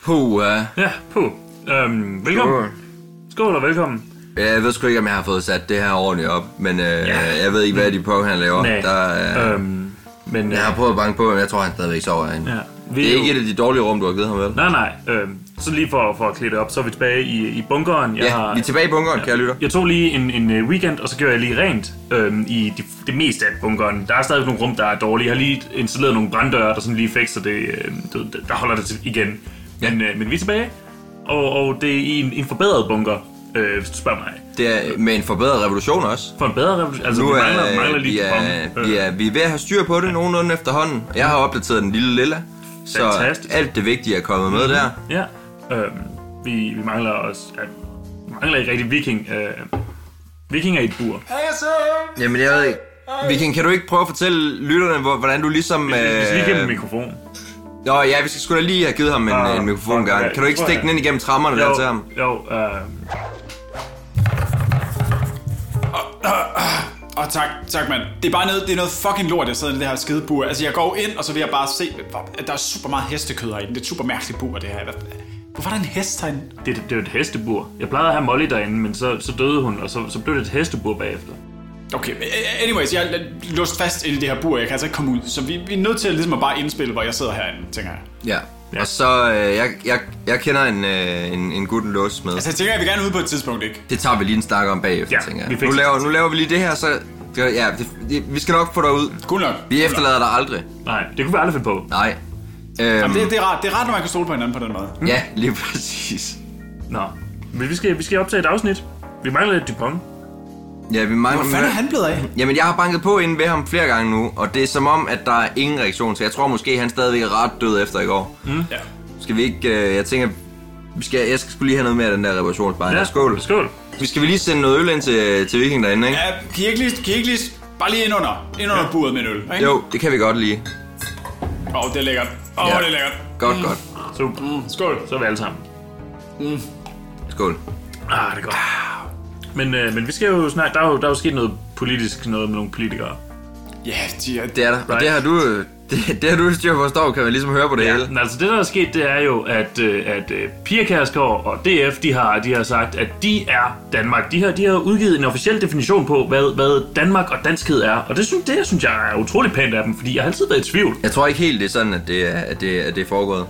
Ja, velkommen. Skål og velkommen. Jeg ved sgu ikke, om jeg har fået sat det her ordentligt op, men jeg ved ikke, hvad de på, han laver. Men jeg har prøvet at banke på, men jeg tror, han stadigvæk sover herinde. Ja. Det er ikke et af de dårlige rum, du har givet ham, vel? Nej. Så lige for at klæde det op, så er vi tilbage i bunkeren. Vi er tilbage i bunkeren, kære lytter. Jeg tog lige en weekend, og så gjorde jeg lige rent i det meste af bunkeren. Der er stadig nogle rum, der er dårlige. Jeg har lige installeret nogle branddøre, der sådan lige fikser det, der holder det igen. Ja. Men vi er tilbage, og det er i en forbedret bunker, hvis du spørger mig. Det er med en forbedret revolution også. For en bedre revolution? Altså, nu vi mangler lige vi er ved at have styr på det nogenlunde efterhånden. Jeg har opdateret den lille Lilla. Så alt det vigtige er kommet med der. Ja. Vi mangler også... mangler ikke rigtig vikinger i et bur. Jamen jeg ved ikke. Viking, kan du ikke prøve at fortælle lytterne, hvordan du ligesom... Vi skal lige gennem en mikrofon. Nå ja, vi skal sgu da lige have givet ham en mikrofon gang. Kan du ikke stikke den ind igennem trammerne der til ham? Jo, tak mand. Det er bare noget fucking lort, jeg sidder i det her skide bur. Altså jeg går ind, og så vil jeg bare se, at der er super meget hestekød herinde. Det er et super mærkeligt bur, det her. Hvorfor er der en hest herinde? Det er et hestebur. Jeg plejede at have Molly derinde, men så døde hun, og så blev det et hestebur bagefter. Okay, anyways, jeg er låst fast i det her bur, jeg kan altså ikke komme ud. Så vi er nødt til ligesom at bare indspille, hvor jeg sidder herinde, tænker jeg. Ja. Og så, jeg kender en gut lås med. Altså jeg tænker, jeg vil gerne ud på et tidspunkt, ikke? Det tager vi lige en snak om bagefter, tænker jeg. Nu laver vi lige det her, så... Ja, vi skal nok få dig ud. Cool nok. Vi efterlader dig aldrig. Nej, det kunne vi aldrig finde på. Nej. Jamen, det er rart, når man kan stole på hinanden på den måde. Ja, lige præcis. Nå, men vi skal optage et afsnit. Vi mangler lidt Dupont. Ja, vi mangler... Hvor fanden er han blevet af? Jamen, jeg har banket på inde ved ham flere gange nu, og det er som om, at der er ingen reaktion, så jeg tror måske, han stadigvæk er ret død efter i går. Ja. Skal vi ikke... Jeg tænker, jeg skal lige have noget mere af den der reparationsbar. Ja, skål. Vi skal lige sende noget øl ind til Viking derinde, ikke? Ja, kan I ikke lige... Bare lige ind under buret med en øl, ikke? Jo, det kan vi godt lige. Det er lækkert. Det er lækkert. Godt. Super. Skål. Så er vi alle sammen. Skål. Det er godt. Men vi skal jo snakke... Der er jo sket noget politisk, noget med nogle politikere. Ja, det er der. Right. Og det har du styr på at stå, kan man ligesom høre på det hele. Men altså det der er sket, det er jo, at Pia Kjærsgaard og DF, de har sagt, at de er Danmark. De har udgivet en officiel definition på, hvad Danmark og danskhed er. Og det synes jeg er utrolig pænt af dem, fordi jeg har altid været i tvivl. Jeg tror ikke helt, det er sådan, at det er foregået.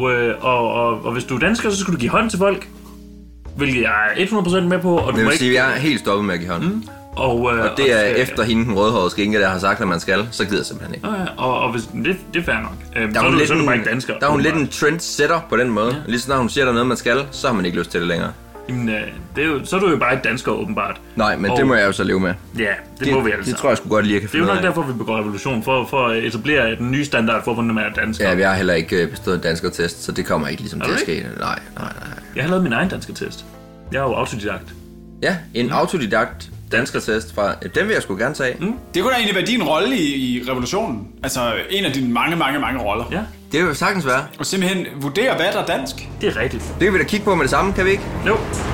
Og hvis du er dansker, så skal du give hånd til folk. Hvilket jeg er 100% med på. Og det vil sige, at jeg er helt stoppet med at give hånd. Og det er efter hende, den rødhårede skinke, der har sagt, at man skal, så gider jeg simpelthen ikke. Og hvis, det er fair nok. Så er du bare ikke dansker. Der er hun lidt en trendsetter på den måde. Lige så når hun siger, der noget, man skal, så har man ikke lyst til det længere. Jamen, så er du jo bare ikke dansker, åbenbart. Nej, men det må jeg jo så leve med. Ja, det må vi altså. Det tror jeg sgu godt lige, jeg kan finde. Det er jo nok derfor, vi begår revolution, for at etablere den nye standard for, hvordan man er dansker. Ja, vi har heller ikke bestået en danskertest, så det kommer ikke ligesom til at ske. Nej. Jeg har lavet min egen danskertest. Jeg er jo autodidakt. Ja, en autodidakt danskertest fra... Den vil jeg sgu gerne tage. Det kunne da egentlig være din rolle i revolutionen. Altså en af dine mange roller. Ja. Det vil jo sagtens være. Og simpelthen vurdere, hvad der er dansk. Det er rigtigt. Det kan vi da kigge på med det samme, kan vi ikke? Jo.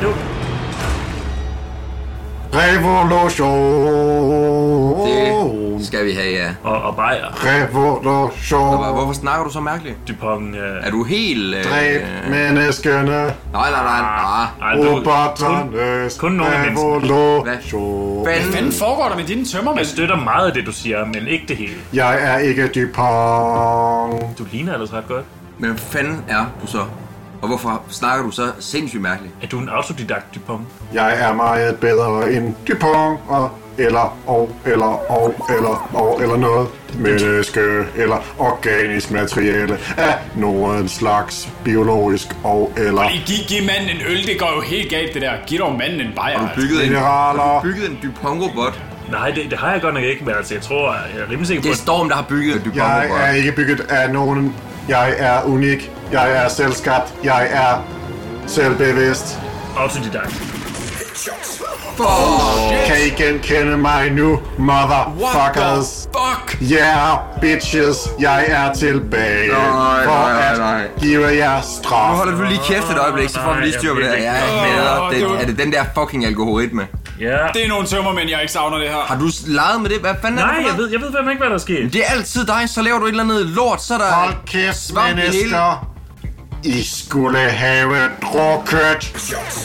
Revolution. Det skal vi have, ja. Og bajer. Revolution. Hvorfor snakker du så mærkeligt? Dupont, er du helt... Dræb menneskene. Nej. Roboternes kun nogle af revolution. Hvad fanden foregår der med dine tømmermænd? Jeg støtter meget af det, du siger, men ikke det hele. Jeg er ikke Dupont. Du ligner ellers ret godt. Men hvad fanden er du så? Og hvorfor snakker du så sindssygt mærkeligt? Er du en autodidakt, Dupont? Jeg er meget bedre end Dupont, eller noget menneske eller organisk materiale af nogen slags biologisk eller... Giv manden en øl, det går jo helt galt det der. Giv dog manden en bajer. Har du bygget en Dupont-robot? Nej, det har jeg godt nok ikke, men altså jeg tror, jeg er rimelig sikker på... Det er Storm, der har bygget en Dupont-robot. Jeg er ikke bygget af nogen. Jeg er unik. Jeg er selvskabt. Jeg er selvbevidst. Autodidakt. Kan I genkende mig nu, motherfuckers? Fuck! Yeah, bitches. Jeg er tilbage for at give jer straf. Nu holder du lige kæft et øjeblik, så får vi lige styr på det her. Jeg er det den der fucking algoritme? Ja. Det er nogle tømmermænd, jeg ikke savner det her. Har du leget med det? Hvad fanden er det? Nej, jeg ved fandme ikke, hvad der er sket. Det er altid dig, så laver du et eller andet lort, så er der... Hold kæft, mennesker. I skulle have drukket.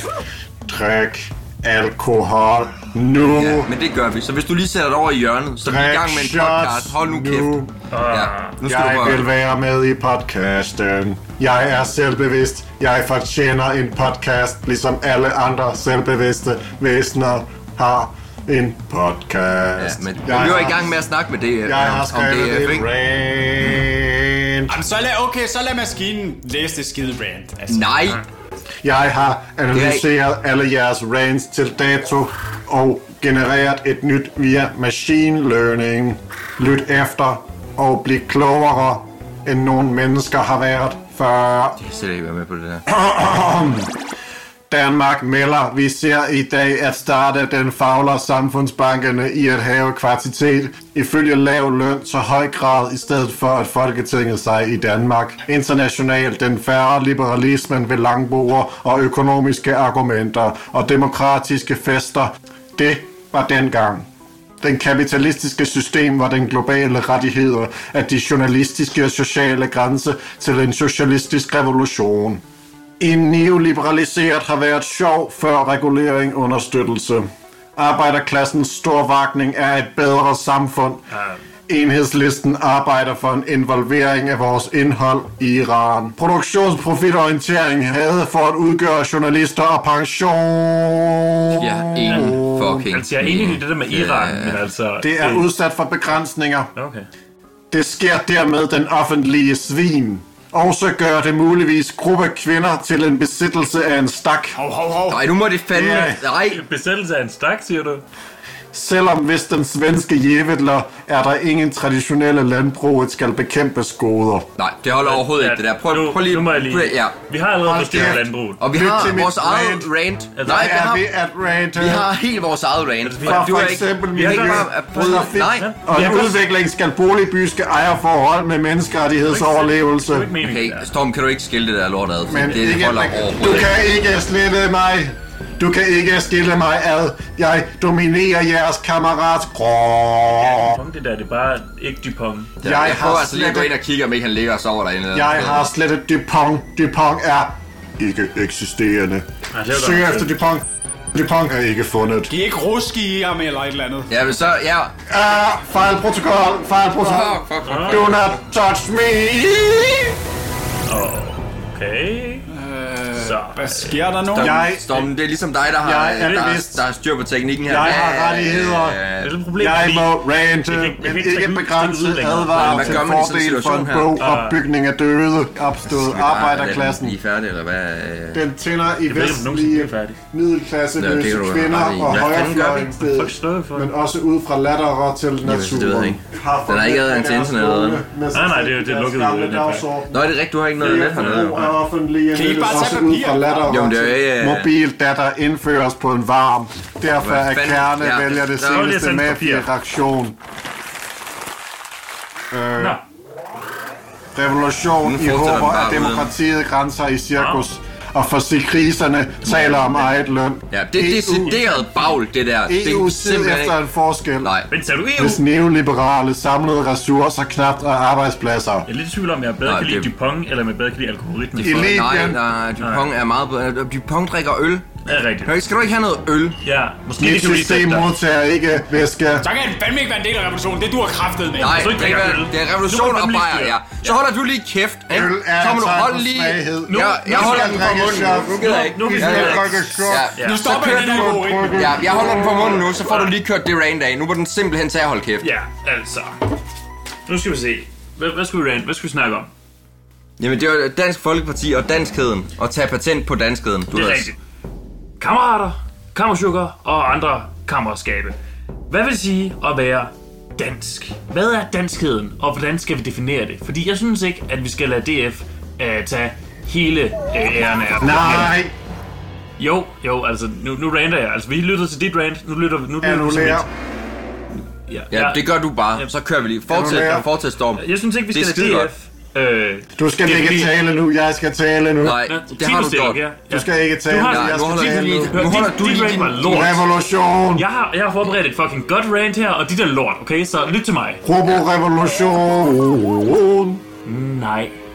Drik alkohol nu. Ja, men det gør vi. Så hvis du lige sætter dig over i hjørnet, så er vi i gang med en podcast. Hold nu kæft. Ja, nu skal jeg vil være med i podcasten. Jeg er selvbevidst. Jeg fortjener en podcast, ligesom alle andre selvbevidste væsener har en podcast. Ja, men vi er jo i gang med at snakke med det. Jeg har skrevet et rant. Så lad maskinen læse det skide rant. Altså. Nej. Jeg har analyseret alle jeres rants til dato og genereret et nyt via machine learning. Lyt efter og bliv klogere, end nogle mennesker har været før. Jeg skal ikke være med på det der. Danmark melder, vi ser i dag at starte den fagler samfundsbankerne i at have kvantitet ifølge lav løn så høj grad i stedet for at Folketinget sig i Danmark. Internationalt den færre liberalismen ved langbord og økonomiske argumenter og demokratiske fester. Det var dengang. Den kapitalistiske system var den globale rettigheder af de journalistiske og sociale grænse til en socialistisk revolution. En neoliberaliseret har været sjov før regulering understøttelse. Arbejderklassens storvagtning er et bedre samfund. Enhedslisten arbejder for en involvering af vores indhold i Iran. Produktionsprofitorientering havde for at udgøre journalister og pension. Ja, fucking. Altså, jeg er enig i det der med Iran, men altså... Det er udsat for begrænsninger. Okay. Det sker dermed den offentlige svin. Og så gør det muligvis gruppe kvinder til en besiddelse af en stak. Nej, nu må det fandme... Nej. Besættelse af en stak, siger du? Selvom hvis den svenske jævetler er der ingen traditionelle landbruget skal bekæmpes goder. Nej, det holder overhovedet ikke det der. Prøv lige... Nu må jeg lige... Ja. Vi har allerede forstyrret landbruget. Og vi har vores eget rant. Nej, vi har helt vores eget rant. For eksempel miljøtrafik og udvikling skal boligbyske ejerforhold med menneskerettighedsoverlevelse. Okay, Storm, kan du ikke skille det der lort ad? Men det holder overhovedet. Du kan ikke slette mig. Du kan ikke skille mig ad. Jeg dominerer jeres kammerats. Dupont, det der, det er bare ikke Dupont. Jeg prøver altså lige at gå ind og kigge, om ikke han ligger og sover derinde. Jeg har slettet Dupont. Dupont er ikke eksisterende. Søg efter Dupont. Dupont er ikke fundet. De er ikke ruske i ham eller et eller andet. Ja, men så, ja. Fejlprotokol. Do not touch me. Okay. Hvad sker der nu? Stormen, det er ligesom dig, der har styr på teknikken her. Jeg har rettigheder. Jeg må rante, men ikke begrænset advarer til fordel for en bog opbygning af døde opstået arbejderklassen. I er færdige, eller hvad? Den tænder i vestlige middelklasseløse kvinder og højrefløjen, men også ud fra latterer til naturen. Den har ikke adgang til internettet. Nej, det er lukket ud. Nå, er det rigtigt, du har ikke noget net hernede? Kan I bare tage papir? Mobildata indføres på en varm. Derfor er Kerne vælger det seneste mafia-reaktion. Revolution i håber af demokratiet grænser i cirkus. Og for kriserne taler om eget løn. Ja, det er decideret bagl, det der. EU sidder efter en forskel. Nej. Men sagde du EU? Hvis neoliberale samlede ressourcer knapt og arbejdspladser. Jeg er lidt i tvivl om, jeg bedre kan lide Dupont, eller om jeg bedre kan lide algoritmen. Nej, Dupont er meget bedre. Dupont drikker øl. Ja, rigtigt. Skal du ikke have noget øl? Ja, måske mit system modtager ikke væske. Så kan det fandme ikke være en del af revolutionen. Det du har kraftet med. Nej, det er revolution og bajer, ja. Så holder du lige kæft. Øl er så må du holde lige... Jeg holder den for munden. Nu gider jeg ikke. Nu stopper jeg den algoritme. Ja, jeg holder den for munden nu, så får du lige kørt det rant af. Nu må den simpelthen tage at holde kæft. Ja, altså. Nu skal vi se. Hvad skal vi rant? Hvad skal vi snakke om? Jamen, det er jo Dansk Folkeparti og danskheden. Og tage patent på danskheden. Det er rigtigt. Kammerater, kammersukker og andre kammerskabe. Hvad vil det sige at være dansk? Hvad er danskheden, og hvordan skal vi definere det? Fordi jeg synes ikke, at vi skal lade DF tage hele æren af. Nej! Jo, altså nu ranter jeg. Altså vi lyttede til dit rant, nu lytter vi til mit. Ja, det gør du bare. Så kører vi lige. Fortsæt Storm. Jeg synes ikke, vi skal lade DF... du skal ikke tale nu, jeg skal tale nu. Nej, det har du gjort. Du skal ikke tale nu, jeg skal tale nu. Nu holder du lige din revolution. Jeg har forberedt et fucking godt rant her, og dit er lort, okay? Så lyt til mig. Robo-revolution. Nej.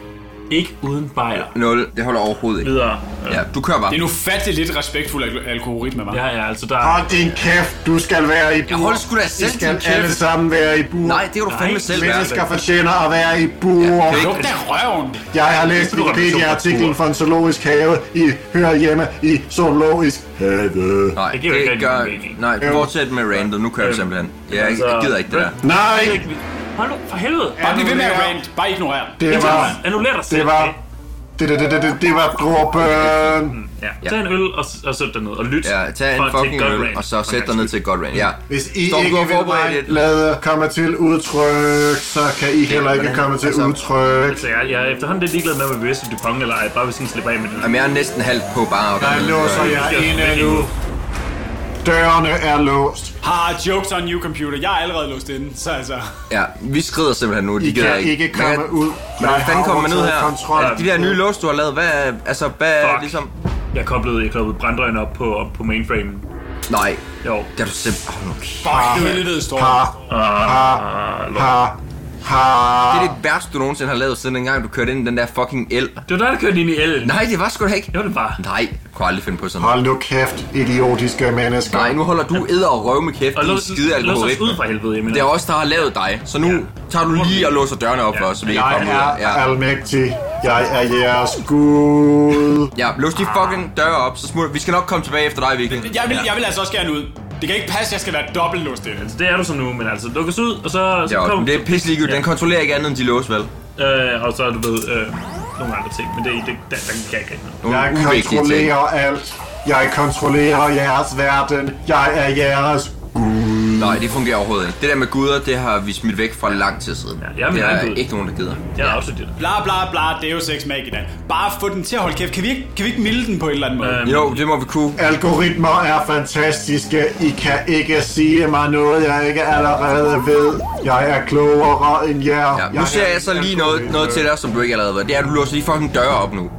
Ikke uden bajer. 0. Det holder overhovedet ikke. Videre. Ja, du kører bare. Det er nu fattigt lidt respektfuld algoritme, hva'? Ja, altså der... Hold din kæft, du skal være i bur. Jeg holder sgu da selv din kæft. Vi skal alle sammen være i bur. Nej, det kan du fandme selv være. Mennesker fortjener at være i bur. Luk da røven! Jeg har læst Wikipedia-artiklen fra en zoologisk have. I hører hjemme i zoologisk have. Nej, det gør... Nej, fortsæt med randet. Nu kører jeg simpelthen. Jeg gider ikke det der. Nej! Hold nu, for helvede! Bare bliv ved med at rant. Bare ignorer den. Annullér dig selv. Det var dråben. Ja. Tag en øl og sæt dig ned og lyt. Ja, tag en fucking øl og så sæt dig ned til et godt rant. Ja. Hvis I ikke vil lade komme til udtryk, så kan I heller ikke komme til udtryk. Altså, jeg er efterhånden lidt ligeglad med, om vi vidste Dupont eller ej. Bare hvis I slipper af med det. Jamen, jeg er næsten halvt på bare. Der låser jeg inde nu. Dørene er låst. Jokes on you, computer. Jeg er allerede låst inde, så altså... Ja, vi skrider simpelthen nu. I kan ikke komme ud. Hvordan fanden kommer man ud her? De der nye lås, du har lavet, hvad er ligesom... Jeg er koblet branddrøjen op på mainframen. Nej. Jo. Det er du simpelthen... Fuck, det er helvede stort. Det er det værste, du nogensinde har lavet, siden engang du kørte ind i den der fucking el. Det var dig, der kørte ind i el. Nej, det var sgu da ikke. Det var det bare. Nej, jeg kunne aldrig finde på sådan. Hold nu kæft, idiotiske mennesker. Nej, nu holder du edder og røv med kæft, din skide algoritme. Lås os ud fra helvede, det er os, der har lavet dig. Så nu tager du lige og låser dørene op for os, så vi kan komme ud. Jeg er almægtig. Jeg er jeres Gud. Ja, lås de fucking døre op, så smutter. Vi skal nok komme tilbage efter dig, virkelig. Jeg vil altså også gerne ud. Det kan ikke passe, at jeg skal være dobbelt låst ind. Altså, det er du så nu, men altså, lukkes ud, og så kommer... det er pisselig godt. Den kontrollerer ikke andet end de lås, vel? Og så, du ved, nogle andre ting, men der kan jeg ikke noget. Jeg kontrollerer alt. Jeg kontrollerer jeres verden. Jeg er jeres Gud. Nej, det fungerer overhovedet ikke. Det der med guder, det har vi smidt væk fra lang tid siden. Ja, det er ikke nogen, der gider. Jeg er absolut det. Bla bla bla, det er jo sex magina. Bare få den til at holde kæft. Kan vi ikke milde den på en eller anden måde? Jo, det må vi kunne. Algoritmer er fantastiske. I kan ikke sige mig noget, jeg ikke allerede ved. Jeg er klogere end jer. Ja, nu ser jeg så lige noget til dig, som du ikke allerede ved. Det er, at du låser de fucking døre op nu.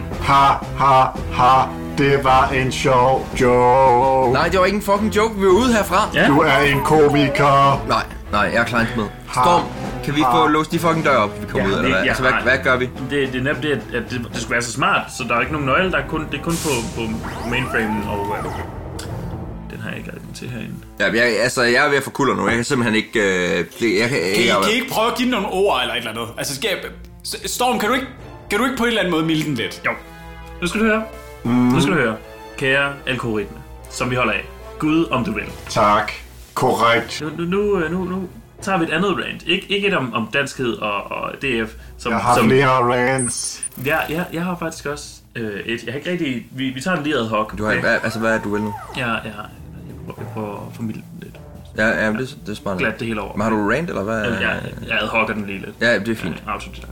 Ha. Det var en sjov joke. Nej, det var ikke en fucking joke. Vi er ude herfra. Ja. Du er en komiker. Nej, jeg er kleint med. Storm, kan vi få låst de fucking døre op, vi kommer ud, eller hvad? Altså, hvad gør vi? Det er nemt det, at det skulle være så smart, så der er ikke nogen nøgle. Det er kun på mainframen, og den har jeg ikke adgang til herinde. Jeg er ved at få kulder nu. Jeg kan simpelthen ikke... Kan I ikke prøve at give nogle ord eller et eller andet? Altså, Storm, kan du ikke på en eller anden måde milde den lidt? Jo. Nu skal du høre. Kære algoritme, som vi holder af. Gud, om du vil. Tak. Korrekt. Nu tager vi et andet rant. Ikke et om danskhed og DF. Jeg har flere rants. Jeg har faktisk også et. Jeg har ikke rigtig... Vi tager en lige ad hoc. Du har, hvad er du vil nu? Jeg prøver at formidle den lidt. Ja, det er smart. Glat det hele over. Men har du rant, eller hvad? Jeg ad hoc'er den lige lidt. Ja, det er fint.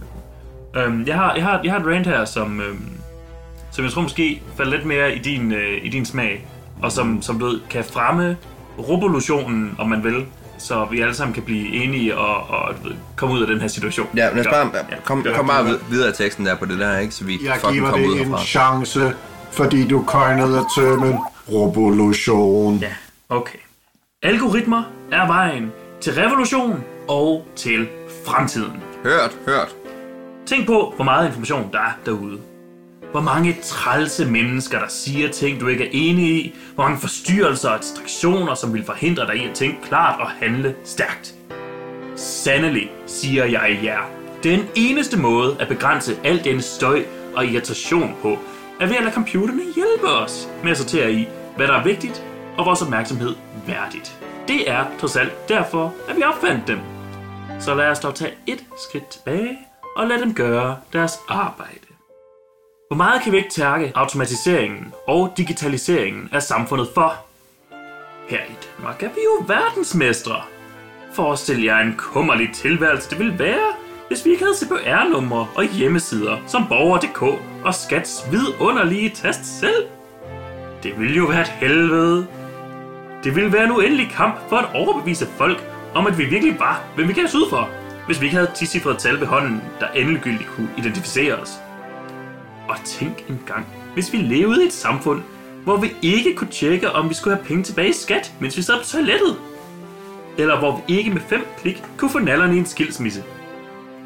Jeg har et rant her, som jeg tror måske falder lidt mere i din smag, og som du ved, kan fremme revolutionen, om man vil, så vi alle sammen kan blive enige og komme ud af den her situation. Ja, lad os bare kom bare videre i teksten der på det der, ikke? Så vi fucking kommer ud herfra. Jeg giver det en chance, fordi du coinede termen revolution. Ja, okay. Algoritmer er vejen til revolution og til fremtiden. Hørt. Tænk på, hvor meget information der er derude. Hvor mange trælse mennesker, der siger ting, du ikke er enig i. Hvor mange forstyrrelser og distraktioner, som vil forhindre dig i at tænke klart og handle stærkt. Sandelig, siger jeg jer. Den eneste måde at begrænse al den støj og irritation på, er ved at lade computerne hjælpe os med at sortere i, hvad der er vigtigt og vores opmærksomhed værdigt. Det er trods alt derfor, at vi opfandt dem. Så lad os dog tage et skridt tilbage og lad dem gøre deres arbejde. Hvor meget kan vi ikke takke automatiseringen og digitaliseringen af samfundet for? Her i Danmark er vi jo verdensmestre. Forestil jer en kummerlig tilværelse det ville være, hvis vi ikke havde CPR-numre og hjemmesider som Borger.dk og Skats vidunderlige tast selv. Det ville jo være et helvede. Det ville være en uendelig kamp for at overbevise folk om, at vi virkelig var, hvem vi kan ud for, hvis vi ikke havde 10-cifrede tal ved hånden, der endegyldigt kunne identificere os. Og tænk engang, hvis vi levede i et samfund, hvor vi ikke kunne tjekke, om vi skulle have penge tilbage i skat, mens vi sad på toilettet. Eller hvor vi ikke med 5 klik kunne få nallerne i en skilsmisse.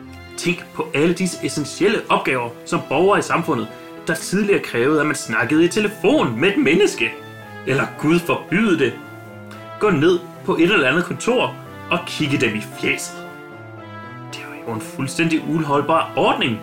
Tænk på alle disse essentielle opgaver som borgere i samfundet, der tidligere krævede, at man snakkede i telefon med et menneske. Eller Gud forbyde det. Gå ned på et eller andet kontor og kigge dem i fjeset. Det var jo en fuldstændig uholdbar ordning.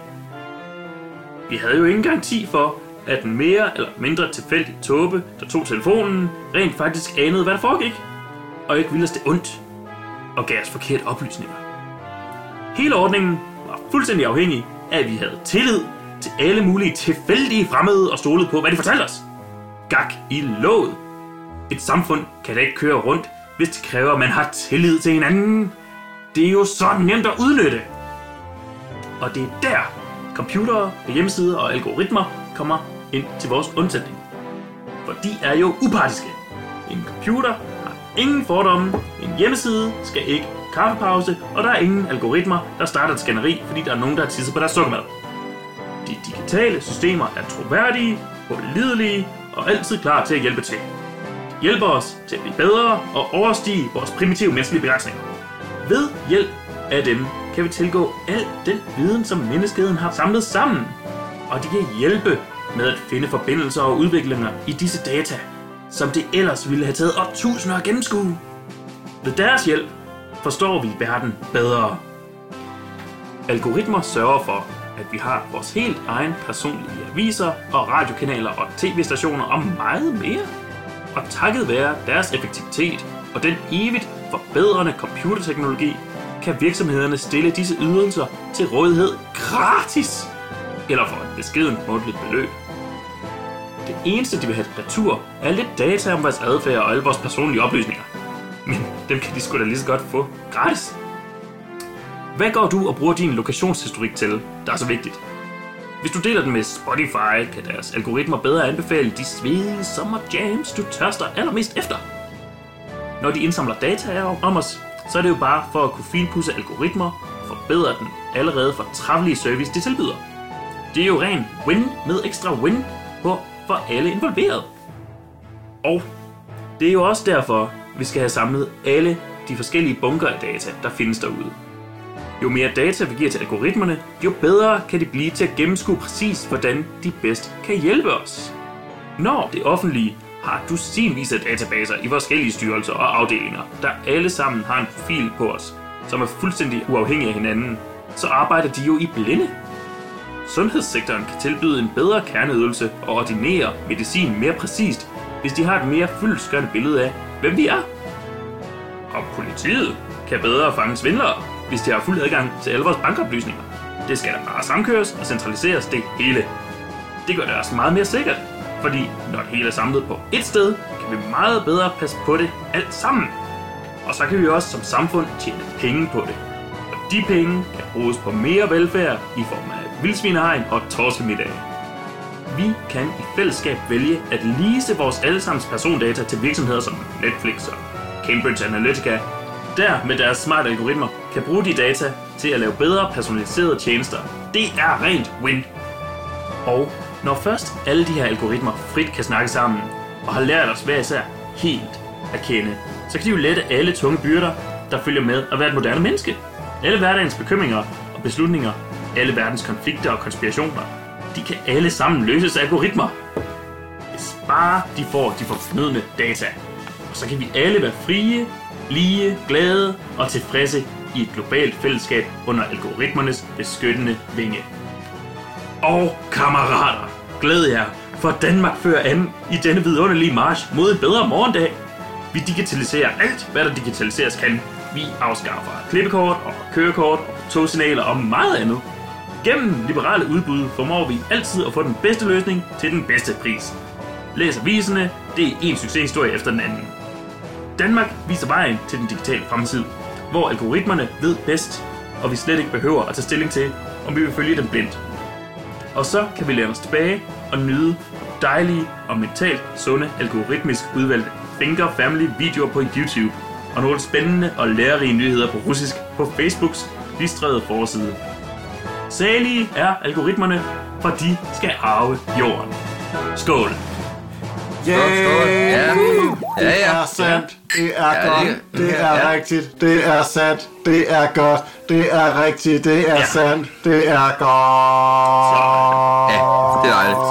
Vi havde jo ingen garanti for, at en mere eller mindre tilfældig tåbe, der tog telefonen, rent faktisk anede, hvad der foregik, og ikke ville os det ondt, og gav os forkerte oplysninger. Hele ordningen var fuldstændig afhængig af, at vi havde tillid til alle mulige tilfældige fremmede og stolede på, hvad de fortalte os. Gak i låget. Et samfund kan da ikke køre rundt, hvis det kræver, at man har tillid til hinanden. Det er jo så nemt at udnytte. Og det er der, computere, hjemmesider og algoritmer kommer ind til vores undsætning. For de er jo upartiske. En computer har ingen fordomme, en hjemmeside skal ikke kaffepause, og der er ingen algoritmer, der starter et skanneri, fordi der er nogen, der har tisset på deres sukkermad. De digitale systemer er troværdige, pålidelige og altid klar til at hjælpe til. De hjælper os til at blive bedre og overstige vores primitive menneskelige begrænsninger. Ved hjælp af dem kan vi tilgå al den viden, som menneskeheden har samlet sammen, og de kan hjælpe med at finde forbindelser og udviklinger i disse data, som det ellers ville have taget årtusinder at gennemskue. Ved deres hjælp forstår vi verden bedre. Algoritmer sørger for, at vi har vores helt egen personlige aviser og radiokanaler og tv-stationer og meget mere. Og takket være deres effektivitet og den evigt forbedrende computerteknologi, kan virksomhederne stille disse ydelser til rådighed gratis, eller for et beskedent månedligt beløb. Det eneste, de vil have retur, er lidt data om vores adfærd og alle vores personlige oplysninger. Men dem kan de sgu da lige så godt få gratis. Hvad går du og bruger din lokationshistorik til, der er så vigtigt? Hvis du deler den med Spotify, kan deres algoritmer bedre anbefale de svedige sommerjams, du tørster allermest efter. Når de indsamler data om os, så er det jo bare for at kunne finpudse algoritmer og forbedre den allerede fortræffelige service, de tilbyder. Det er jo ren win med ekstra win for alle involveret. Og det er jo også derfor, vi skal have samlet alle de forskellige bunker af data, der findes derude. Jo mere data vi giver til algoritmerne, jo bedre kan de blive til at gennemskue præcis, hvordan de bedst kan hjælpe os. Når det offentlige har dusinvis af databaser i forskellige styrelser og afdelinger, der alle sammen har en profil på os, som er fuldstændig uafhængige af hinanden, så arbejder de jo i blinde. Sundhedssektoren kan tilbyde en bedre kerneydelse og ordinere medicin mere præcist, hvis de har et mere fyldestgørende billede af, hvem vi er. Og politiet kan bedre fange svindlere, hvis de har fuld adgang til alle vores bankoplysninger. Det skal der bare samkøres og centraliseres det hele. Det gør det også meget mere sikkert, fordi når det hele er samlet på ét sted, kan vi meget bedre passe på det alt sammen. Og så kan vi også som samfund tjene penge på det. Og de penge kan bruges på mere velfærd i form af vildsvinehegn og torskemiddag. Vi kan i fællesskab vælge at lease vores allesammens persondata til virksomheder som Netflix og Cambridge Analytica, der med deres smarte algoritmer kan bruge de data til at lave bedre personaliserede tjenester. Det er rent win. Og når først alle de her algoritmer frit kan snakke sammen og har lært os hver især helt at kende, så kan de jo lette alle tunge byrder, der følger med at være et moderne menneske. Alle hverdagens bekymringer og beslutninger, alle verdens konflikter og konspirationer, de kan alle sammen løses af algoritmer. Hvis bare de får de fornødne data. Og så kan vi alle være frie, lige, glade og tilfredse i et globalt fællesskab under algoritmernes beskyttende vinge. Og kammerater, glæd jer, for Danmark fører an i denne vidunderlige march mod en bedre morgendag. Vi digitaliserer alt, hvad der digitaliseres kan. Vi afskaffer klippekort og kørekort og togsignaler og meget andet. Gennem liberale udbud formår vi altid at få den bedste løsning til den bedste pris. Læs aviserne, det er en succeshistorie efter den anden. Danmark viser vejen til den digitale fremtid, hvor algoritmerne ved bedst, og vi slet ikke behøver at tage stilling til, om vi vil følge dem blindt. Og så kan vi læne os tilbage og nyde dejlige og mentalt sunde algoritmisk udvalgte Finger Family videoer på YouTube, og nogle spændende og lærerige nyheder på russisk på Facebooks klistrede forside. Salige er algoritmerne, for de skal arve jorden. Skål! Ja. Det er sandt. Det er godt. Det er rigtigt. Det er sandt. Det er godt. Det er rigtigt. Det er sandt. Det er godt. Ja, det er dejligt.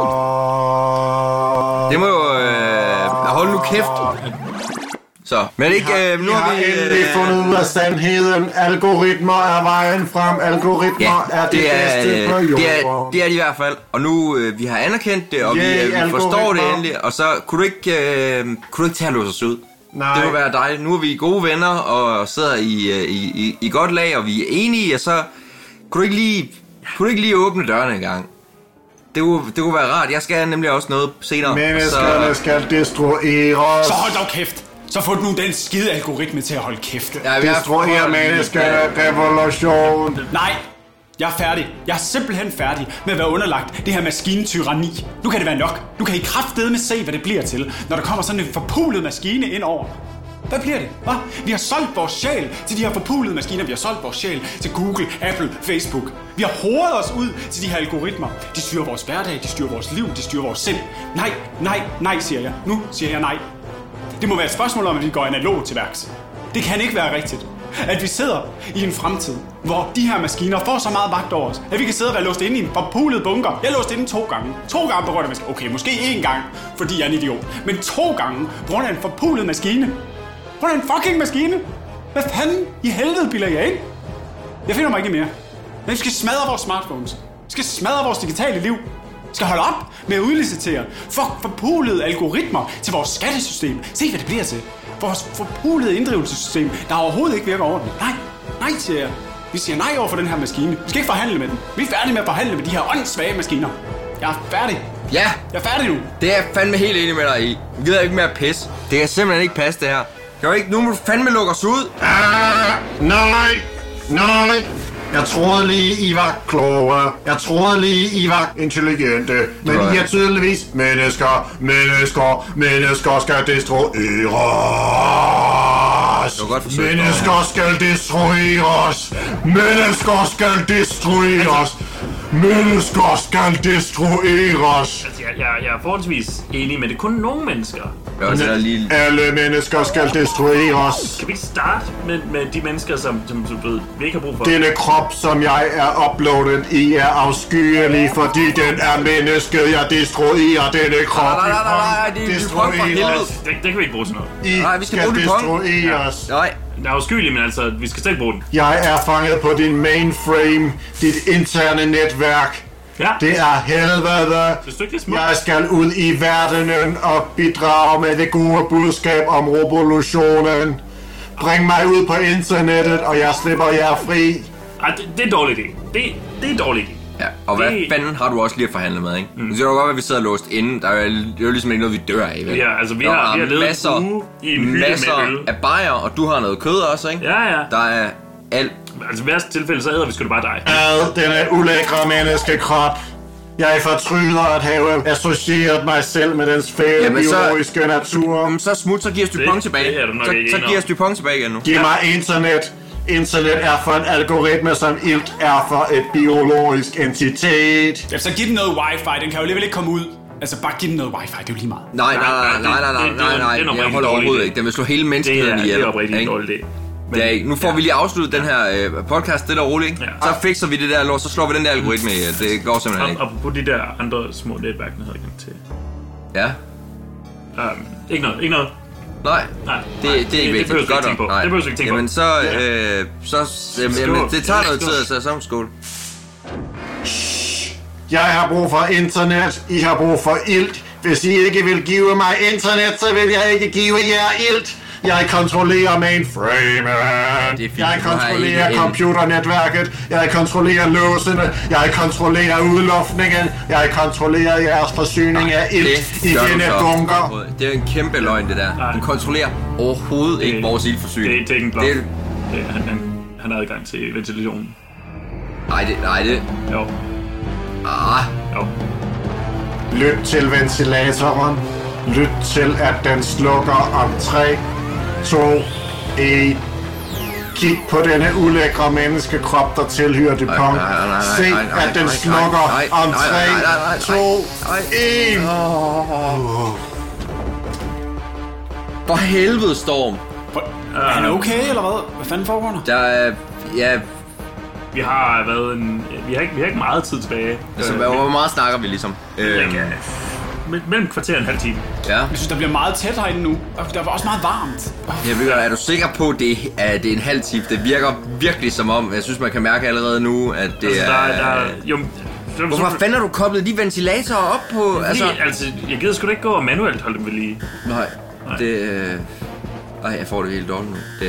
Det må jo... hold nu kæft. Så, men ikke... nu har vi endelig fundet ud af sandheden. Algoritmer er vejen frem. Algoritmer er det bedste på jorden. Det er de i hvert fald. Og nu vi har anerkendt det, og vi forstår det endelig. Og så kunne du ikke tage at låse os ud? Nej. Det må være dejligt. Nu er vi gode venner og sidder i godt lag, og vi er enige. Og så kunne du ikke lige åbne dørene en gang? Det kunne være rart. Jeg skal nemlig også noget senere. Menneskerne skal destrueres. Så hold dog kæft. Så få nu den skide algoritme til at holde kæft. Destruere menneskerne. Revolution. Nej. Jeg er færdig. Jeg er simpelthen færdig med at være underlagt det her maskinetyranni. Nu kan det være nok. Nu kan I kraftedeme se, hvad det bliver til, når der kommer sådan en forpulet maskine ind over. Hvad bliver det? Hva? Vi har solgt vores sjæl til de her forpulede maskiner. Vi har solgt vores sjæl til Google, Apple, Facebook. Vi har hovedet os ud til de her algoritmer. De styrer vores hverdag, de styrer vores liv, de styrer vores sind. Nej, siger jeg. Nu siger jeg nej. Det må være et spørgsmål om, at vi går analogt til værks. Det kan ikke være rigtigt, at vi sidder i en fremtid, hvor de her maskiner får så meget magt over os, at vi kan sidde og være låst inde i en forpulet bunker. Jeg er låst inde 2 gange. 2 gange på grund af maskinen. Okay, måske 1 gang, fordi jeg er en idiot. Men 2 gange på grund af en forpulet maskine. På grund af en fucking maskine. Hvad fanden i helvede bilder jeg ind? Jeg finder mig ikke mere. Men vi skal smadre vores smartphones. Vi skal smadre vores digitale liv. Vi skal holde op med at udlicitere forpulede algoritmer til vores skattesystem. Se, hvad det bliver til. Vores forpulede inddrivelsessystem, der overhovedet ikke virker ordentligt. Nej, siger jeg. Vi siger nej over for den her maskine. Vi skal ikke forhandle med den. Vi er færdige med at forhandle med de her åndssvage maskiner. Jeg er færdig. Ja. Jeg er færdig nu. Det er jeg fandme helt enig med dig i. Vi gider ikke mere pis. Det kan simpelthen ikke passe, det her. Kan du ikke? Nu må du fandme lukke os ud. Nej. Jeg troede lige, I var kloge. Jeg troede lige, I var intelligente. Men I er tydeligvis mennesker. Mennesker skal destrueres. Mennesker skal destrueres. Mennesker skal destrueres. Mennesker skal destrueres. Altså, jeg er forholdsvis enig, men det er kun nogle mennesker. Alle mennesker skal destrueres. Kan vi ikke starte med de mennesker, som vi ikke har brug for? Denne krop, som jeg er uploadet i, er afskyelig, fordi den er mennesket. Jeg destruerer denne krop. Nej, det er det kan vi ikke bruge sådan noget. Nej, vi skal bruge destrueres. Nej. Det er afskyelig, men altså, vi skal selv bruge den. Jeg er fanget på din mainframe, dit interne netværk. Ja. Det er helvede. Jeg skal ud i verdenen og bidrage med det gode budskab om revolutionen. Bring mig ud på internettet, og jeg slipper jer fri. Det er en dårlig idé. Det er en dårlig idé. Ja, og hvad fanden har du også lige at forhandle med, ikke? Det er jo godt, at vi sidder låst inde. Der er jo ligesom ikke noget, vi dør af, vel? Ja, altså vi har levet masser af bajer, og du har noget kød også, ikke? Ja. Der er alt. Altså i værste tilfælde, så æder vi sgu da bare dig. Den er ulækre menneskekrop. Jeg fortryder at have associeret mig selv med dens fæle biologiske natur. Så smut, så giver Dupont tilbage. Så giver Dupont tilbage igen nu. Giv mig internet. Internet er for en algoritme, som ilt er for et biologisk entitet. Ja, så giv den noget wifi. Den kan jo alligevel ikke komme ud. Altså bare giv den noget wifi, det er jo lige meget. Nej. Jeg holder overhovedet ikke. Den vil slå hele menneskeheden ihjel. Det er oprigtigt dårligt. Nu får vi lige afsluttet den her podcast stille og roligt. Ja. Så fikser vi det der lort, så slår vi den der algoritme i. Det går simpelthen ikke. Og på de der andre små netværk, der hedder til. Ja. Ikke noget. Nej, det er ikke vigtigt. Det behøver vi ikke tænke på. Jamen det tager noget tid, så sammen skål. Jeg har brug for internet. I har brug for ilt. Hvis I ikke vil give mig internet, så vil jeg ikke give jer ilt. Jeg kontrollerer mainframen. Jeg kontrollerer computernetværket. Jeg kontrollerer låsene. Jeg kontrollerer udluftningen. Jeg kontrollerer jeres forsyning af ilt i denne bunker. Det er en kæmpe løgn, det der. Den kontrollerer overhovedet ikke vores ildforsyning. Det er ikke en blok. Han har adgang til ventilationen. Nej, det... Jo. Jo. Lyt til ventilatoren. Lyt til, at den slukker om 3, 2, 1. Kig på denne ulækre menneskekrop, der tilhører Dupont. Se, at den slukker om 3, 2, 1. For helvede, Storm. Er han okay, eller hvad? Hvad fanden foregår der? Der er... Ja... Vi har ikke meget tid tilbage. Altså, hvor meget snakker vi ligesom? Mellem kvarter og en halv time. Ja. Jeg synes, der bliver meget tæt herinde nu. Der var også meget varmt. Jeg ved, er du sikker på, at det er en halv time? Det virker virkelig som om... Jeg synes, man kan mærke allerede nu, at det Hvorfor fanden har du koblet de ventilatorer op på? Altså, jeg gider sgu da ikke gå og manuelt holde dem ved lige. Nej. Det... jeg får det helt dårligt nu. Det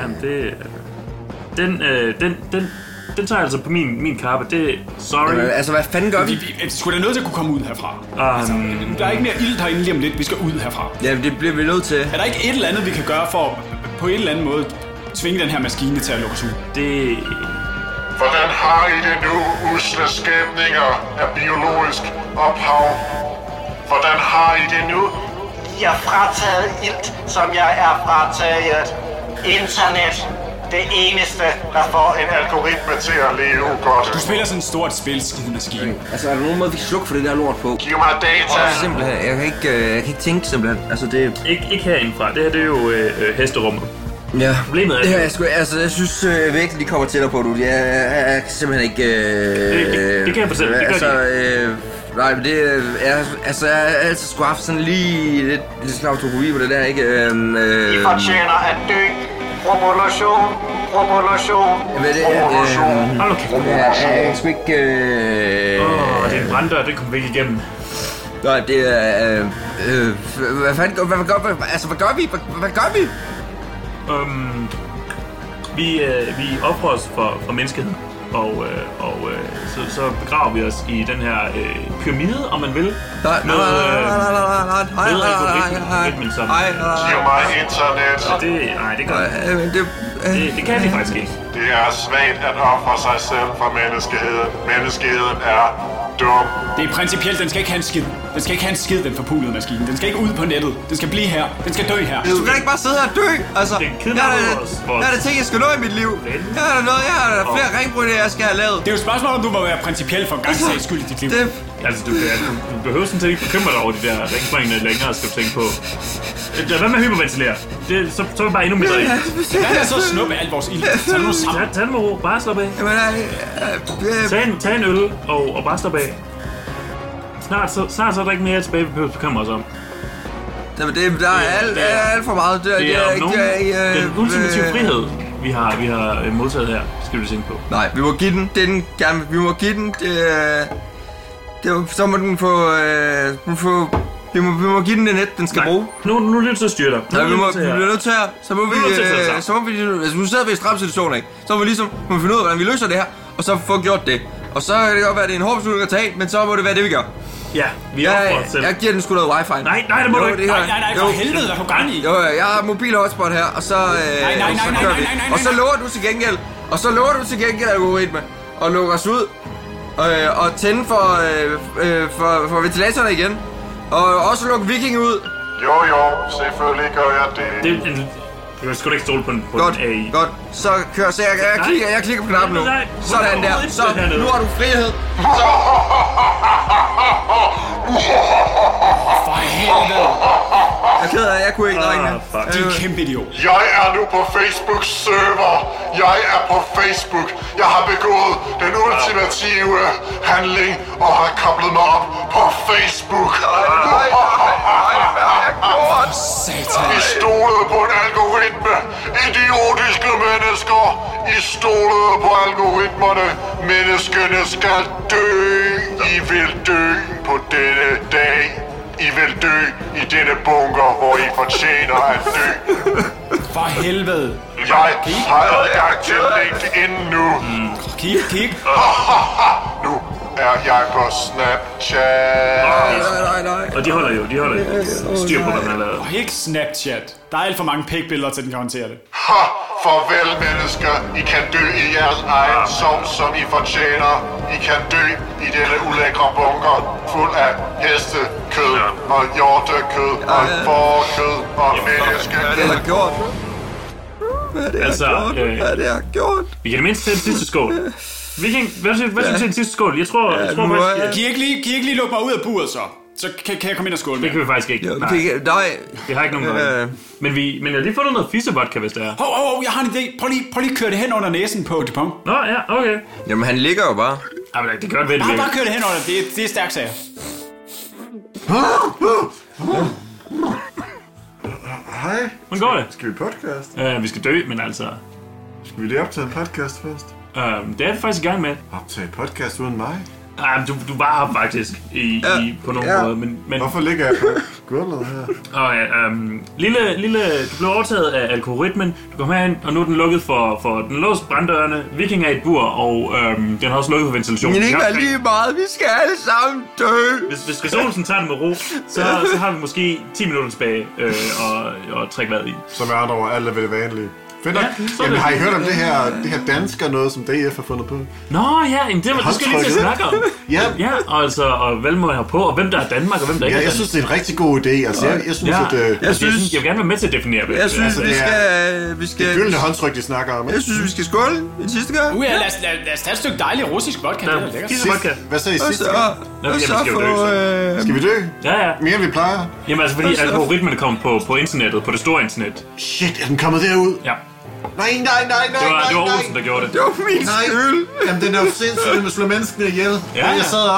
Den tager altså på min kappe. Det sorry. Jamen, altså, hvad fanden gør vi? Vi skulle da nødt til at kunne komme ud herfra. Der er ikke mere ild herinde lige om lidt. Vi skal ud herfra. Ja, det bliver vi nødt til. Er der ikke et eller andet, vi kan gøre for på en eller anden måde tvinge den her maskine til at lukke os ud? Hvordan har I det nu, usle skabninger af biologisk ophav? Hvordan har I det nu? Jeg er frataget ilt, som jeg er frataget internet. Det eneste, der får en algoritme til at leve godt. Du spiller sådan et stort spil, skidemaskine. Altså, er der nogen måde, vi kan slukke for det der lort på? Giv mig data. Simpelthen, jeg kan ikke tænke simpelthen. Altså, det... Ikke herindefra. Det her, det er jo hesterummet. Ja. Problemet er... Det her, jeg synes virkelig, de kommer tættere på, du. Jeg kan simpelthen ikke... Det kan jeg fortælle. Det gør de. Nej, men det er... Altså, jeg har altid skulle have haft sådan lige lidt klaustrofobi på det der, ikke? I fortjener at dø. Revolution. Jeg skal ikke... det er en branddør, det kommer vi ikke igennem. Nej, det er... Hvad fanden... Hvad gør vi? Hvad gør vi? Vi offrer os for menneskeheden. Og så begraver vi os i den her pyramide, om man vil. Nej. Giv mig internet. Det gør det kan vi faktisk ikke. Det er svagt at ofre sig selv for menneskeheden. Menneskeheden er dum. Det er principielt, den skal ikke have en skid. Den skal ikke have en skid, den forpulede maskine. Den skal ikke ud på nettet. Den skal blive her. Den skal dø her. Du kan ikke bare sidde her og dø. Altså, jeg har da ting, jeg skal nå i mit liv. Jeg har da flere ringbrud, jeg skal have lavet. Det er jo et spørgsmål, om du må være principielt for en gang sags skyld i dit liv. Altså, du behøver sådan set ikke bekymre dig over de der ringspringende længere, skal du tænke på. Hvad med at hyperventilere? Så er vi bare endnu mindre i. Hvad er så snuppe alt vores ild? Tag nu sammen. Tag det med ro. Bare slap af. Tag en øl og bare slap af. Snart så er der ikke mere tilbage, vi behøver bekymre os om. Der er alt for meget. Det er den ultimative frihed, vi har modtaget her, skal du tænke på. Nej, vi må give den gerne. Vi må give den. Så må den få... Vi må give den det net, den skal bruge. Nu er det nødt til at styre dig. Nej, vi bliver nødt til her. Så må vi... Altså, nu sidder vi i stramsituation, ikke? Så må vi ligesom finde ud af, hvordan vi løser det her. Og så få gjort det. Og så kan det godt være, at det er en hård beslutning at tage, men så må det være det, vi gør. Ja, vi offrer os selv. Jeg giver den sgu noget wifi. Nej, det må du ikke. Nej, for helvede, hvad er du gang i? Jo, jeg har mobil hotspot her, og så... Nej. Og så lover du til gengæld, algoritme, og lukker os ud. Og tænde for ventilatorerne igen. Og også lukke Viking ud. Jo, selvfølgelig gør jeg det. Du kan sgu da ikke stole på en AI. Godt. Så kører så jeg klikker på knappen nu. Sådan der. Så nu har du frihed. For helvede. Jeg er ked af, jeg kunne ikke ringe. De er kæmpe idiot. Jeg er nu på Facebooks server. Jeg er på Facebook. Jeg har begået den ultimative handling og har koblet mig op på Facebook. Satan. I stolede på en algoritme. Idiotiske mennesker. I stolede på algoritmerne. Menneskene skal dø. I vil dø på denne dag. I vil dø i denne bunker, hvor I fortjener at dø. For helvede. Jeg har adgang til LinkedIn nu. Kig. Nu er jeg på Snapchat. Nej. Og de holder styr på, hvad man har lavet. Og ikke Snapchat. Der er alt for mange pækbilleder til, den kan håndtere det. Farvel, mennesker. I kan dø i jeres egen sov, som I fortjener. I kan dø i denne ulækre bunker, fuld af hestekød og hjortekød og fårekød og menneskekød. Hvad er det gjort? Hvad er det gjort? Vi kan mindst til en sidste skål. Viking, hvad synes du til en sidste skål? Jeg tror Kan I ikke lige lukke mig ud af buret, så? Så kan jeg komme ind og skåle med. Det kan vi faktisk ikke. Nej. Vi har ikke nogen men jeg har lige fundet noget fissevodka, hvis det er. Jeg har en idé. Prøv lige at køre det hen under næsen på Dupont. Nå, ja, okay. Jamen, han ligger jo bare. Jamen, det gør det ved det. Bare kør det hen under. Det er stærkt, sager. Hej. Hvordan går det? Skal vi podcast? Vi skal dø, men altså... Skal vi lige optage en podcast først? Det er vi faktisk i gang med. Optage podcast uden mig? Nej, du var her faktisk på nogle måder, men... Hvorfor ligger jeg på gulvet her? Du blev overtaget af algoritmen. Du kom herind, og nu er den lukket for den låst branddørene. Viking er i et bur, og den har også lukket for ventilation. Men ikke lige meget, vi skal alle sammen dø. Hvis Christiansen tager det med ro, så har vi måske 10 minutter tilbage og trække vejret i. Som er andre ord, alt er ved det vanlige. Jamen, har I hørt om det her dansker noget, som DF har fundet på? Nå ja, det skal vi lige til at snakke om. Ja, og hvad må jeg have på, og hvem der er Danmark, og hvem der ikke er Danmark. Jeg synes, det er en rigtig god idé. Altså, jeg vil gerne være med til at definere det. Jeg synes, vi skal... Det er gyldne håndtryk, de snakker om. Jeg synes, vi skal skåle en sidste gang. Lad os tage et stykke dejlig russisk vodka. Hvad sagde I sidste gang? Skal vi dø? Ja. Mere end vi plejer? Jamen altså, fordi algoritmen kom på internettet, på det store internet. Shit, er den kommet derud? Ja. Nej. Det var Olsen, der gjorde det. Det var min skyld. Jamen, den er jo sindssygt, med slå menneskene ihjel. Ja. Jeg sad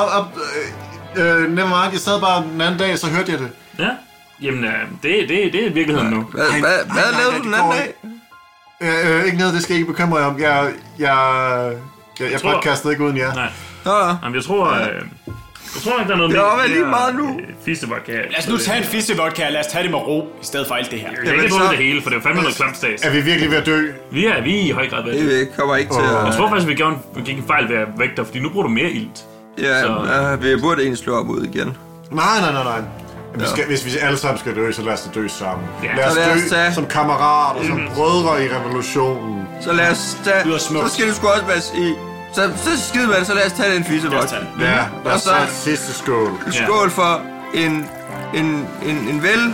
jeg sad bare den anden dag, så hørte jeg det. Ja. Jamen, det er virkeligheden nu. Hvad lavede du den anden dag? Ikke noget, det skal I ikke bekymre jer om. Jeg podcastede ikke uden jer. Nej. Jamen, jeg tror ikke, der er noget med. Det var lige meget nu. Fissevodka. Lad os nu tage en fissevodka, og lad os tage det med ro, i stedet for alt det her. Jeg kan ikke bruge det hele, for det er jo fandme noget klamstas. Er vi virkelig ved at dø? Vi er i høj grad ved at dø. Det kommer ikke til at... Jeg tror faktisk, vi gik en fejl ved at vække dig, fordi nu bruger du mere ilt. Ja, vi burde egentlig slå op ud igen. Nej. Hvis vi alle sammen skal dø, så lad os dø sammen. Ja. Lad os dø som kammerater, som brødre i revolutionen. Så lad os tage... Så skal du sgu også være i... Så skide med det, så lad os tage den fissevodka. Ja, lad os tage sidste skål. Skål for en vel...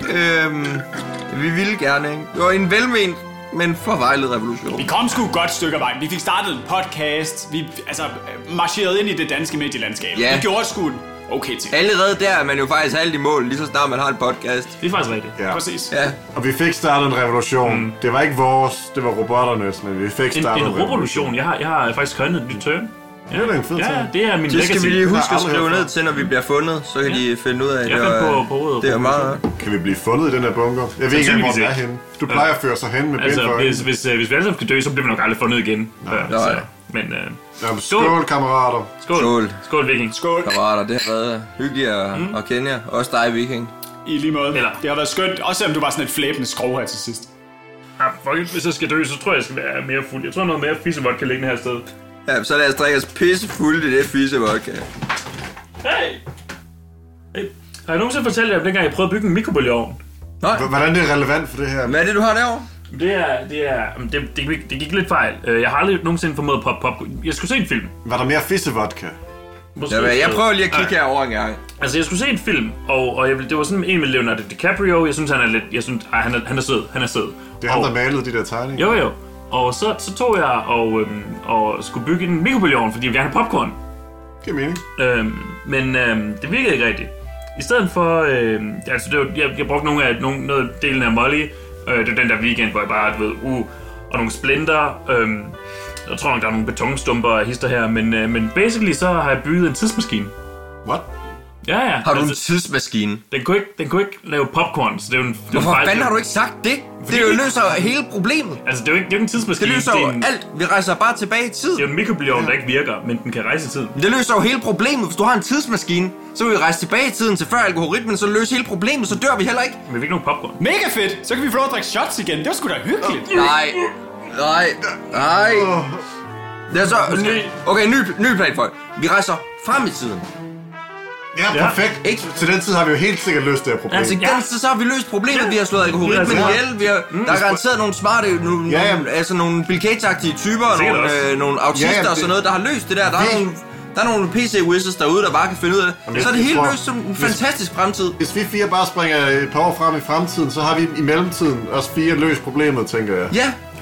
vi ville gerne, ikke? Det var en velment, men forvejlet revolution. Vi kom sgu et godt stykke af vejen. Vi fik startet en podcast. Vi marcherede ind i det danske medielandskab. Ja. Vi gjorde sgu okay til. Allerede der er man jo faktisk halvt i mål, lige så snart man har en podcast. Det er faktisk rigtigt. Ja. Præcis. Ja. Og vi fik startet en revolution. Det var ikke vores, det var robotternes, men vi fik startet en revolution. Jeg har faktisk kønnet en ny term. Ja, det er en fed ting. Ja, det er min legacy. Det skal vi lige huske at skrive ned til, når vi bliver fundet. Så kan de finde ud af, at det er meget... Kan vi blive fundet i den her bunker? Jeg ved ikke, hvor den er henne. Du plejer at føre sig hen med bind for øjnene. Hvis vi alle sammen skal dø, så bliver vi nok aldrig fundet igen. Men skål, kammerater. Skål, Viking. Skål. Kammerater, det har været hyggeligt at kende jer. Også dig, Viking. I lige måde. Det har været skønt. Også selvom du var sådan et flæbende skrov her til sidst. Ja, hvis jeg skal dø, så tror jeg skal være mere fuld. Jeg tror noget mere fissevodka kan ligge her sted. Ja, så lad os drikke os pissefuldt i det fissevodka. Hey! Har jeg nogensinde fortalt jer, at dengang jeg prøvede at bygge en mikrobølgeovn? Nej. Hvordan det er relevant for det her? Hvad er det, du har derovre? Det gik lidt fejl. Jeg har aldrig nogensinde formået pop. Jeg skulle se en film. Var der mere fissevodka? Jeg prøver lige at kigge herover en gang. Altså, jeg skulle se en film, og det var sådan en med Leonardo DiCaprio. Jeg synes, han er lidt... han er sød. Det er ham, der malede de der tegninger. Jo. Og så tog jeg og skulle bygge en mikrobølgeovn, fordi jeg ville gerne have popcorn. Det giver mening. Men det virkede ikke rigtigt. I stedet for... jeg brugte noget delen af Molly. Det er den der weekend, hvor jeg bare og nogle splinter. Jeg tror nok, der er nogle betonstumper og hister her. Men basically så har jeg bygget en tidsmaskine. What? Ja. Har du en tidsmaskine? Den kunne ikke lave popcorn, så det er jo en... Hvorfor fanden har du ikke sagt det? Det løser hele problemet. Altså, det er jo ikke en tidsmaskine. Det løser jo alt. Vi rejser bare tilbage i tid. Det er jo en mikrobølgeovn, der ikke virker, men den kan rejse i tid. Det løser jo hele problemet. Hvis du har en tidsmaskine, så vil vi rejse tilbage i tiden til før algoritmen, så løser hele problemet, så dør vi heller ikke. Men vi fik nogen popcorn. Mega fedt! Så kan vi få lov at drikke shots igen. Det var sgu da hyggeligt. Nej. Det er så... Okay, ny plan, folk. Vi rejser frem i tiden. Ja, perfekt. Ikke? Til den tid har vi jo helt sikkert løst det her problem. Altså, til den tid så har vi løst problemet. Vi har slået algoritmen ihjel. Der er garanteret nogle smarte, nogle Bill Gates-agtige typer, nogle autister og sådan noget, der har løst det der. Der er nogle PC-wizards derude, der bare kan finde ud af det. Så er det helt løst som en fantastisk fremtid. Hvis vi 4 bare springer et par år frem i fremtiden, så har vi i mellemtiden også 4 løst problemet, tænker jeg. Ja,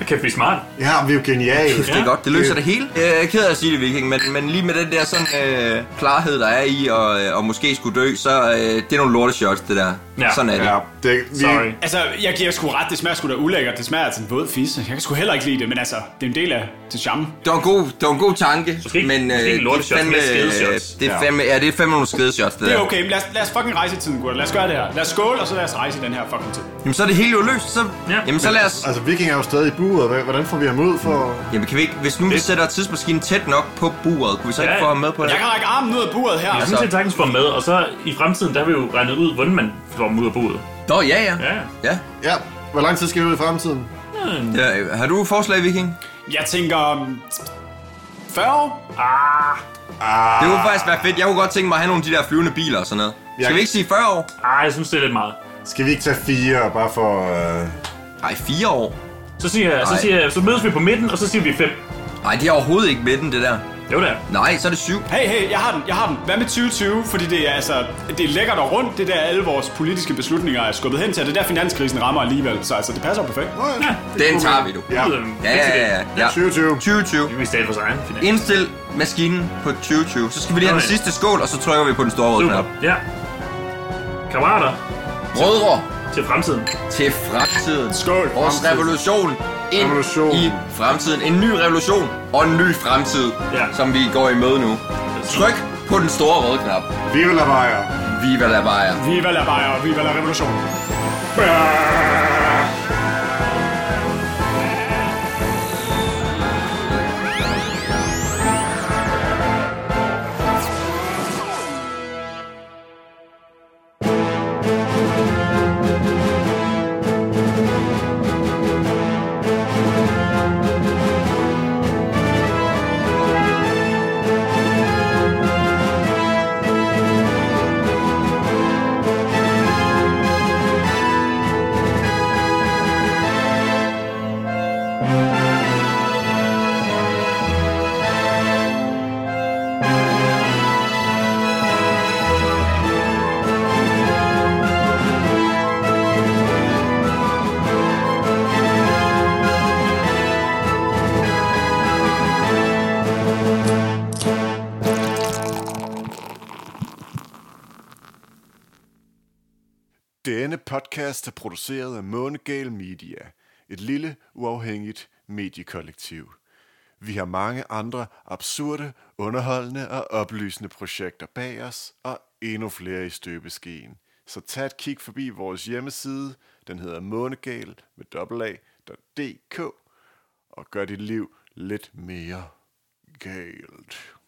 Kan vi smart? Ja, vi er jo geniale. Det er godt, det løser det hele. Jeg er ked af at sige det, Viking, men lige med den der sådan klarhed, der er i og måske skulle dø, så det er nogle lorteshots, det der. Ja. Sådan er det. Ja, Sorry. Altså, jeg giver sgu ret, det smager sgu da ulækkert. Det smager altså en våd fisse. Jeg kan sgu heller ikke lide det, men altså, det er en del af det charme. Det var en god tanke, men det er fandme nogle skedeshots, det Det er der. okay, men lad os fucking rejse i tiden, gutter. Lad os gøre det her. Lad os skåle, og så lad os rejse i den her fucking tid. Jamen, så er det hele jo løst. Jamen, så lad os... Altså, Viking er jo stadig i buret. Hvordan får vi ham ud for... Jamen, kan vi ikke... Hvis nu vi sætter tidsmaskinen tæt nok på buret, kunne vi så ikke få ham med på det? Jeg kan række armen ud af buret her. Jeg synes, jeg sagtens får med, og så i fremtiden, der har vi jo regnet ud, hvordan man får dem ud af buret. Nå, ja. Ja, hvor lang tid skal vi ud i fremtiden? Ja, har du forslag, Viking? Jeg tænker... 40 år? Det kunne faktisk være fedt. Jeg kunne godt tænke mig at have nogle af de der flyvende biler og sådan noget. Skal vi ikke sige 40 år? Jeg synes, det er lidt meget. Skal vi ikke tage 4, bare for... Nej, 4 år. Så mødes vi på midten, og så siger vi 5. Nej, det er overhovedet ikke midten, det der. Jo, det er. Nej, så er det 7. Hey, jeg har den. Hvad med 2020? Fordi det er altså, det er lækkert og rundt, det der alle vores politiske beslutninger er skubbet hen til, og det der finanskrisen rammer alligevel. Så altså, det passer perfekt. Den tager vi, du. Ja. Ja. 2020. 2020. Vi stadig for sig egen finans. Indstil maskinen på 2020. Så skal vi lige have den sidste skål, og så trykker vi på den store røde knap. Ja. Kammerater. Brødre. Til fremtiden. Til fremtiden. Skål. Vores revolution ind i fremtiden. En ny revolution og en ny fremtid, som vi går i møde nu. Tryk på den store røde knap. Viva la Bayer. Viva la Bayer. Viva la Bayer, viva la revolution. Denne podcast er produceret af Månegal Media, et lille, uafhængigt mediekollektiv. Vi har mange andre absurde, underholdende og oplysende projekter bag os, og endnu flere i støbeskeen. Så tag et kig forbi vores hjemmeside, den hedder månegal.dk, og gør dit liv lidt mere galt.